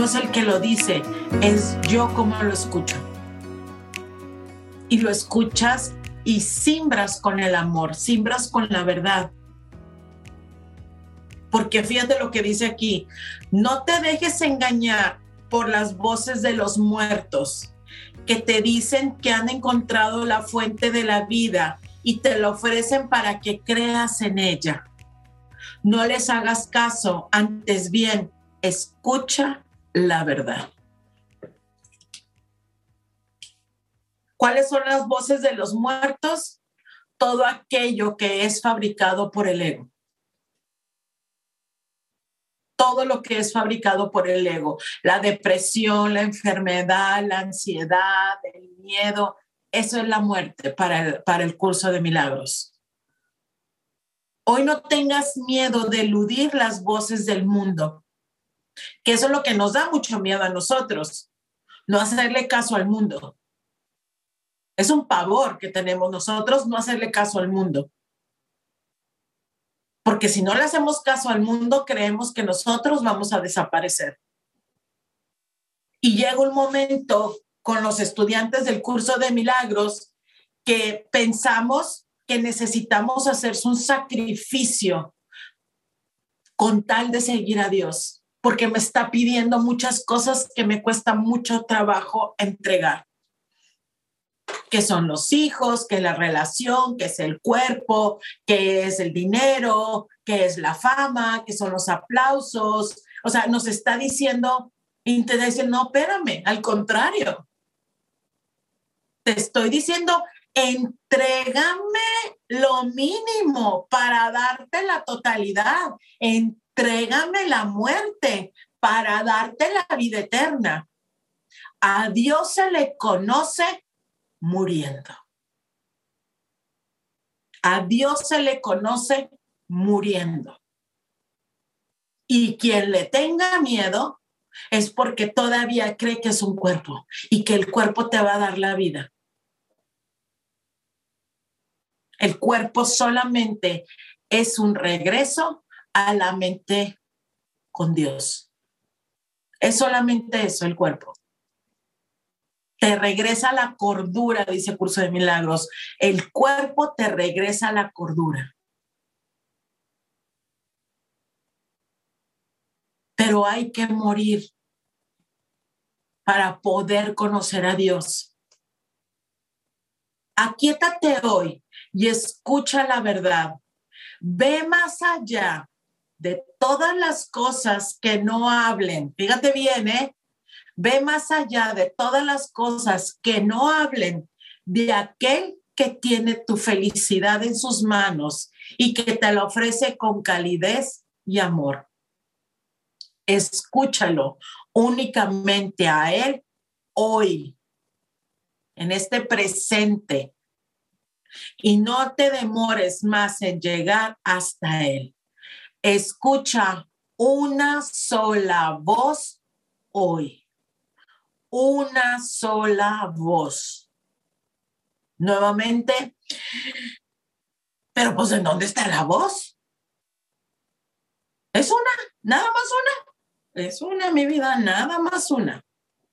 no es el que lo dice, es yo como lo escucho. Y lo escuchas y siembras con el amor, siembras con la verdad. Porque fíjate lo que dice aquí, no te dejes engañar por las voces de los muertos que te dicen que han encontrado la fuente de la vida y te la ofrecen para que creas en ella. No les hagas caso, antes bien, escucha la verdad. ¿Cuáles son las voces de los muertos? Todo aquello que es fabricado por el ego. Todo lo que es fabricado por el ego, la depresión, la enfermedad, la ansiedad, el miedo, eso es la muerte para el curso de milagros. Hoy no tengas miedo de eludir las voces del mundo, que eso es lo que nos da mucho miedo a nosotros, no hacerle caso al mundo. Es un pavor que tenemos nosotros, no hacerle caso al mundo. Porque si no le hacemos caso al mundo, creemos que nosotros vamos a desaparecer. Y llega un momento con los estudiantes del curso de milagros que pensamos que necesitamos hacer un sacrificio con tal de seguir a Dios, porque me está pidiendo muchas cosas que me cuesta mucho trabajo entregar. Que son los hijos, que es la relación, que es el cuerpo, que es el dinero, que es la fama, que son los aplausos. O sea, nos está diciendo, y te dice, no, espérame, al contrario. Te estoy diciendo, entrégame lo mínimo para darte la totalidad. Entrégame la muerte para darte la vida eterna. A Dios se le conoce muriendo. A Dios se le conoce muriendo. Y quien le tenga miedo es porque todavía cree que es un cuerpo y que el cuerpo te va a dar la vida. El cuerpo solamente es un regreso a la mente con Dios. Es solamente eso, el cuerpo. Te regresa a la cordura, dice Curso de Milagros. El cuerpo te regresa a la cordura. Pero hay que morir para poder conocer a Dios. Aquíétate hoy y escucha la verdad. Ve más allá de todas las cosas que no hablen. Fíjate bien, ¿eh? Ve más allá de todas las cosas que no hablen de aquel que tiene tu felicidad en sus manos y que te la ofrece con calidez y amor. Escúchalo únicamente a él hoy, en este presente, y no te demores más en llegar hasta él. Escucha una sola voz hoy. Una sola voz. Nuevamente, pero pues ¿en dónde está la voz? Es una, nada más una. Es una, mi vida, nada más una.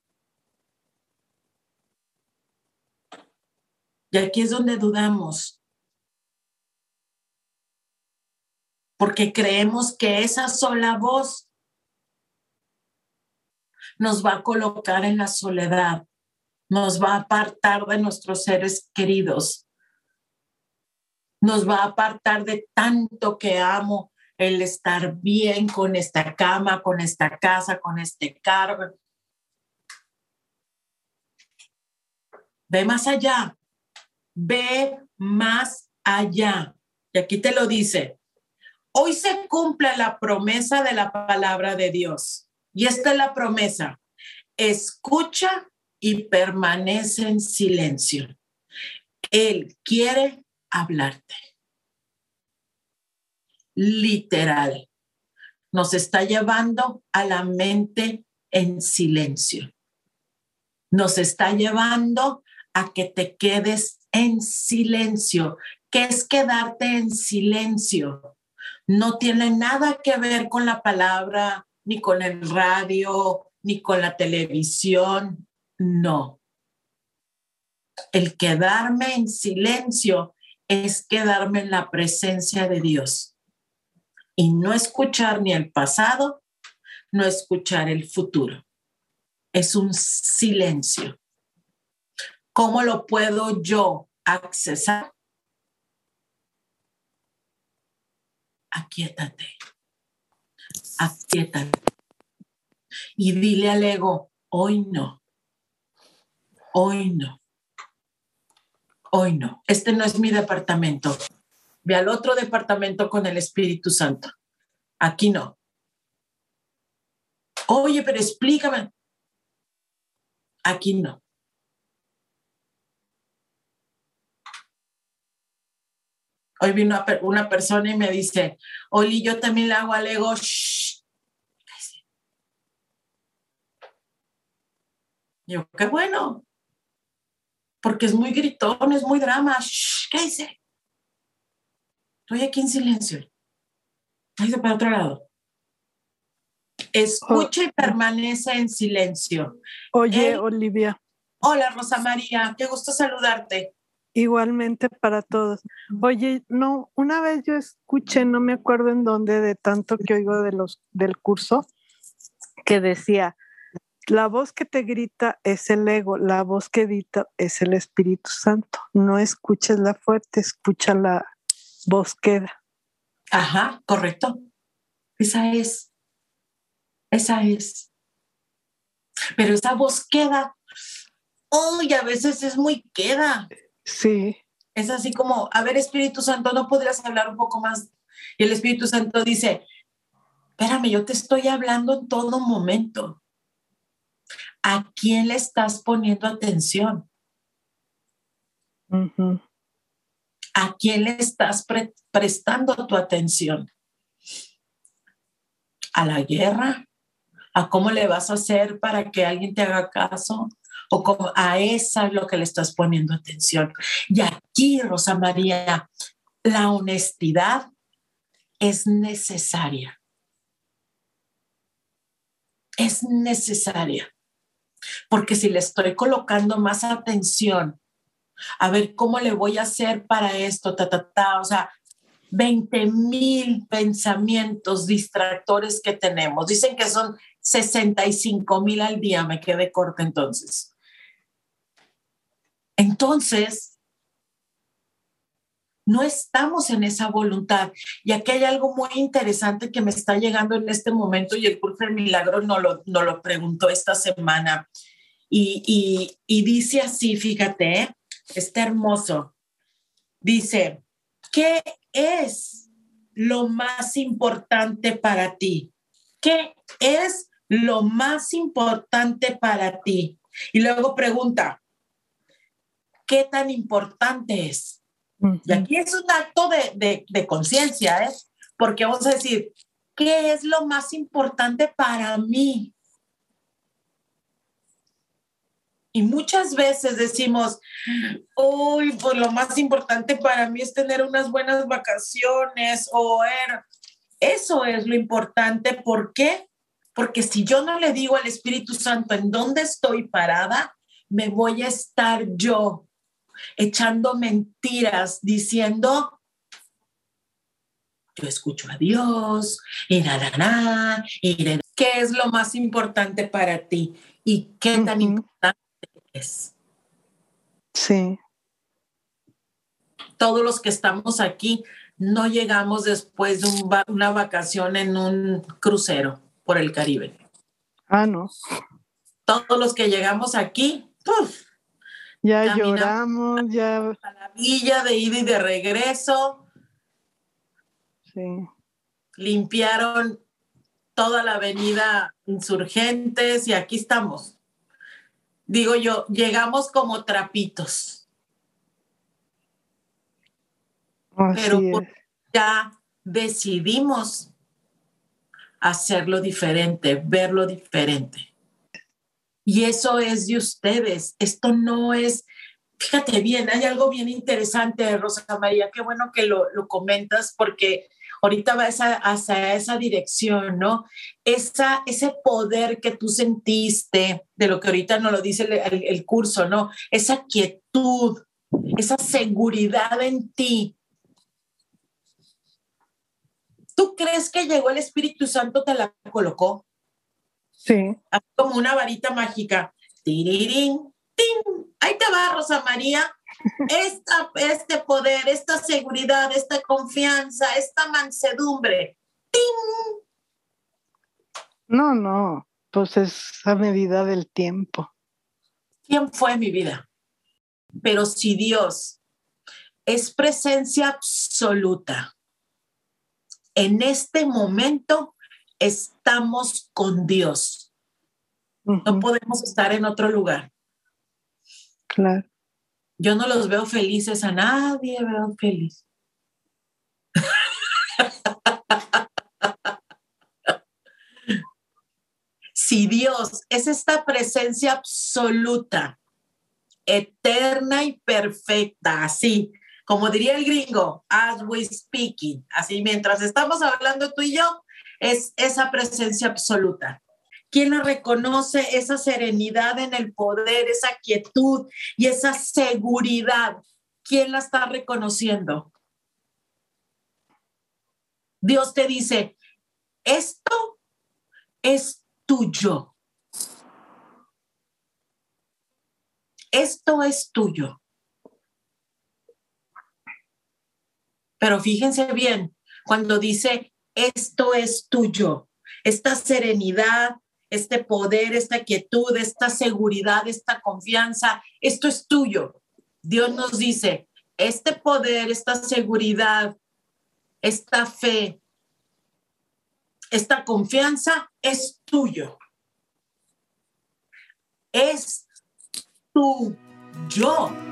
Y aquí es donde dudamos. Porque creemos que esa sola voz nos va a colocar en la soledad, nos va a apartar de nuestros seres queridos, nos va a apartar de tanto que amo el estar bien con esta cama, con esta casa, con este carro. Ve más allá, ve más allá. Y aquí te lo dice. Hoy se cumple la promesa de la palabra de Dios. Y esta es la promesa. Escucha y permanece en silencio. Él quiere hablarte. Literal. Nos está llevando a la mente en silencio. Nos está llevando a que te quedes en silencio. ¿Qué es quedarte en silencio? No tiene nada que ver con la palabra, ni con el radio, ni con la televisión, no. El quedarme en silencio es quedarme en la presencia de Dios y no escuchar ni el pasado, no escuchar el futuro. Es un silencio. ¿Cómo lo puedo yo accesar? Aquíétate. Aquíétate. Y dile al ego, hoy no. Hoy no. Hoy no. Este no es mi departamento. Ve al otro departamento con el Espíritu Santo. Aquí no. Oye, pero explícame. Aquí no. Hoy vino una persona y me dice, Oli, yo también le hago al ego. Shh. Yo, qué bueno. Porque es muy gritón, es muy drama. Shh, ¿qué dice? Estoy aquí en silencio. Váyase para otro lado. Escucha y permanece en silencio. Oye, Olivia. Hola, Rosa María. Qué gusto saludarte. Igualmente para todos. Oye, no, una vez yo escuché, no me acuerdo en dónde, de tanto que oigo del curso, que decía, la voz que te grita es el ego, la voz que grita es el Espíritu Santo. No escuches la fuerte, escucha la voz queda. Ajá, correcto. Esa es. Pero esa voz queda. Y a veces es muy queda. Sí. Es así como, a ver, Espíritu Santo, ¿no podrías hablar un poco más? Y el Espíritu Santo dice, espérame, yo te estoy hablando en todo momento. ¿A quién le estás poniendo atención? Uh-huh. ¿A quién le estás prestando tu atención? ¿A la guerra? ¿A cómo le vas a hacer para que alguien te haga caso? ¿O cómo? A esa es lo que le estás poniendo atención. Y aquí, Rosa María, la honestidad es necesaria. Es necesaria. Porque si le estoy colocando más atención, a ver cómo le voy a hacer para esto, o sea, 20,000 pensamientos distractores que tenemos. Dicen que son 65,000 al día, me quedé corta entonces. Entonces, no estamos en esa voluntad. Y aquí hay algo muy interesante que me está llegando en este momento y el curso de milagros nos lo preguntó esta semana. Y dice así, fíjate, está hermoso. Dice, ¿qué es lo más importante para ti? ¿Qué es lo más importante para ti? Y luego pregunta, ¿qué tan importante es? Uh-huh. Y aquí es un acto de conciencia, ¿eh? Porque vamos a decir, ¿qué es lo más importante para mí? Y muchas veces decimos, pues lo más importante para mí es tener unas buenas vacaciones eso es lo importante. ¿Por qué? Porque si yo no le digo al Espíritu Santo en dónde estoy parada, me voy a estar yo echando mentiras diciendo, yo escucho a Dios, y ¿qué es lo más importante para ti? ¿Y qué tan importante es? Sí. Todos los que estamos aquí no llegamos después de una vacación en un crucero por el Caribe. No. Todos los que llegamos aquí, ya lloramos, ya a la villa de ida y de regreso. Sí. Limpiaron toda la avenida Insurgentes y aquí estamos. Digo yo, llegamos como trapitos. Pero ya decidimos hacerlo diferente, verlo diferente. Y eso es de ustedes. Esto no es, fíjate bien, hay algo bien interesante, Rosa María, qué bueno que lo comentas, porque ahorita va hacia esa dirección, ¿no? Ese poder que tú sentiste, de lo que ahorita nos lo dice el curso, ¿no? Esa quietud, esa seguridad en ti. ¿Tú crees que llegó el Espíritu Santo, te la colocó? Sí. Como una varita mágica. ¡Tirirín! ¡Tin! Ahí te va, Rosa María. Este poder, esta seguridad, esta confianza, esta mansedumbre. ¡Ting! No, pues es a medida del tiempo. ¿Quién fue mi vida? Pero si Dios es presencia absoluta, en este momento estamos con Dios. No podemos estar en otro lugar. Claro. Yo no los veo felices, a nadie veo feliz. Si Dios es esta presencia absoluta, eterna y perfecta, así como diría el gringo, as we speaking, así mientras estamos hablando tú y yo, es esa presencia absoluta. ¿Quién la reconoce? Esa serenidad en el poder, esa quietud y esa seguridad. ¿Quién la está reconociendo? Dios te dice, esto es tuyo. Esto es tuyo. Pero fíjense bien, cuando dice, esto es tuyo, esta serenidad, este poder, esta quietud, esta seguridad, esta confianza, esto es tuyo. Dios nos dice, este poder, esta seguridad, esta fe, esta confianza es tuyo. Es tuyo.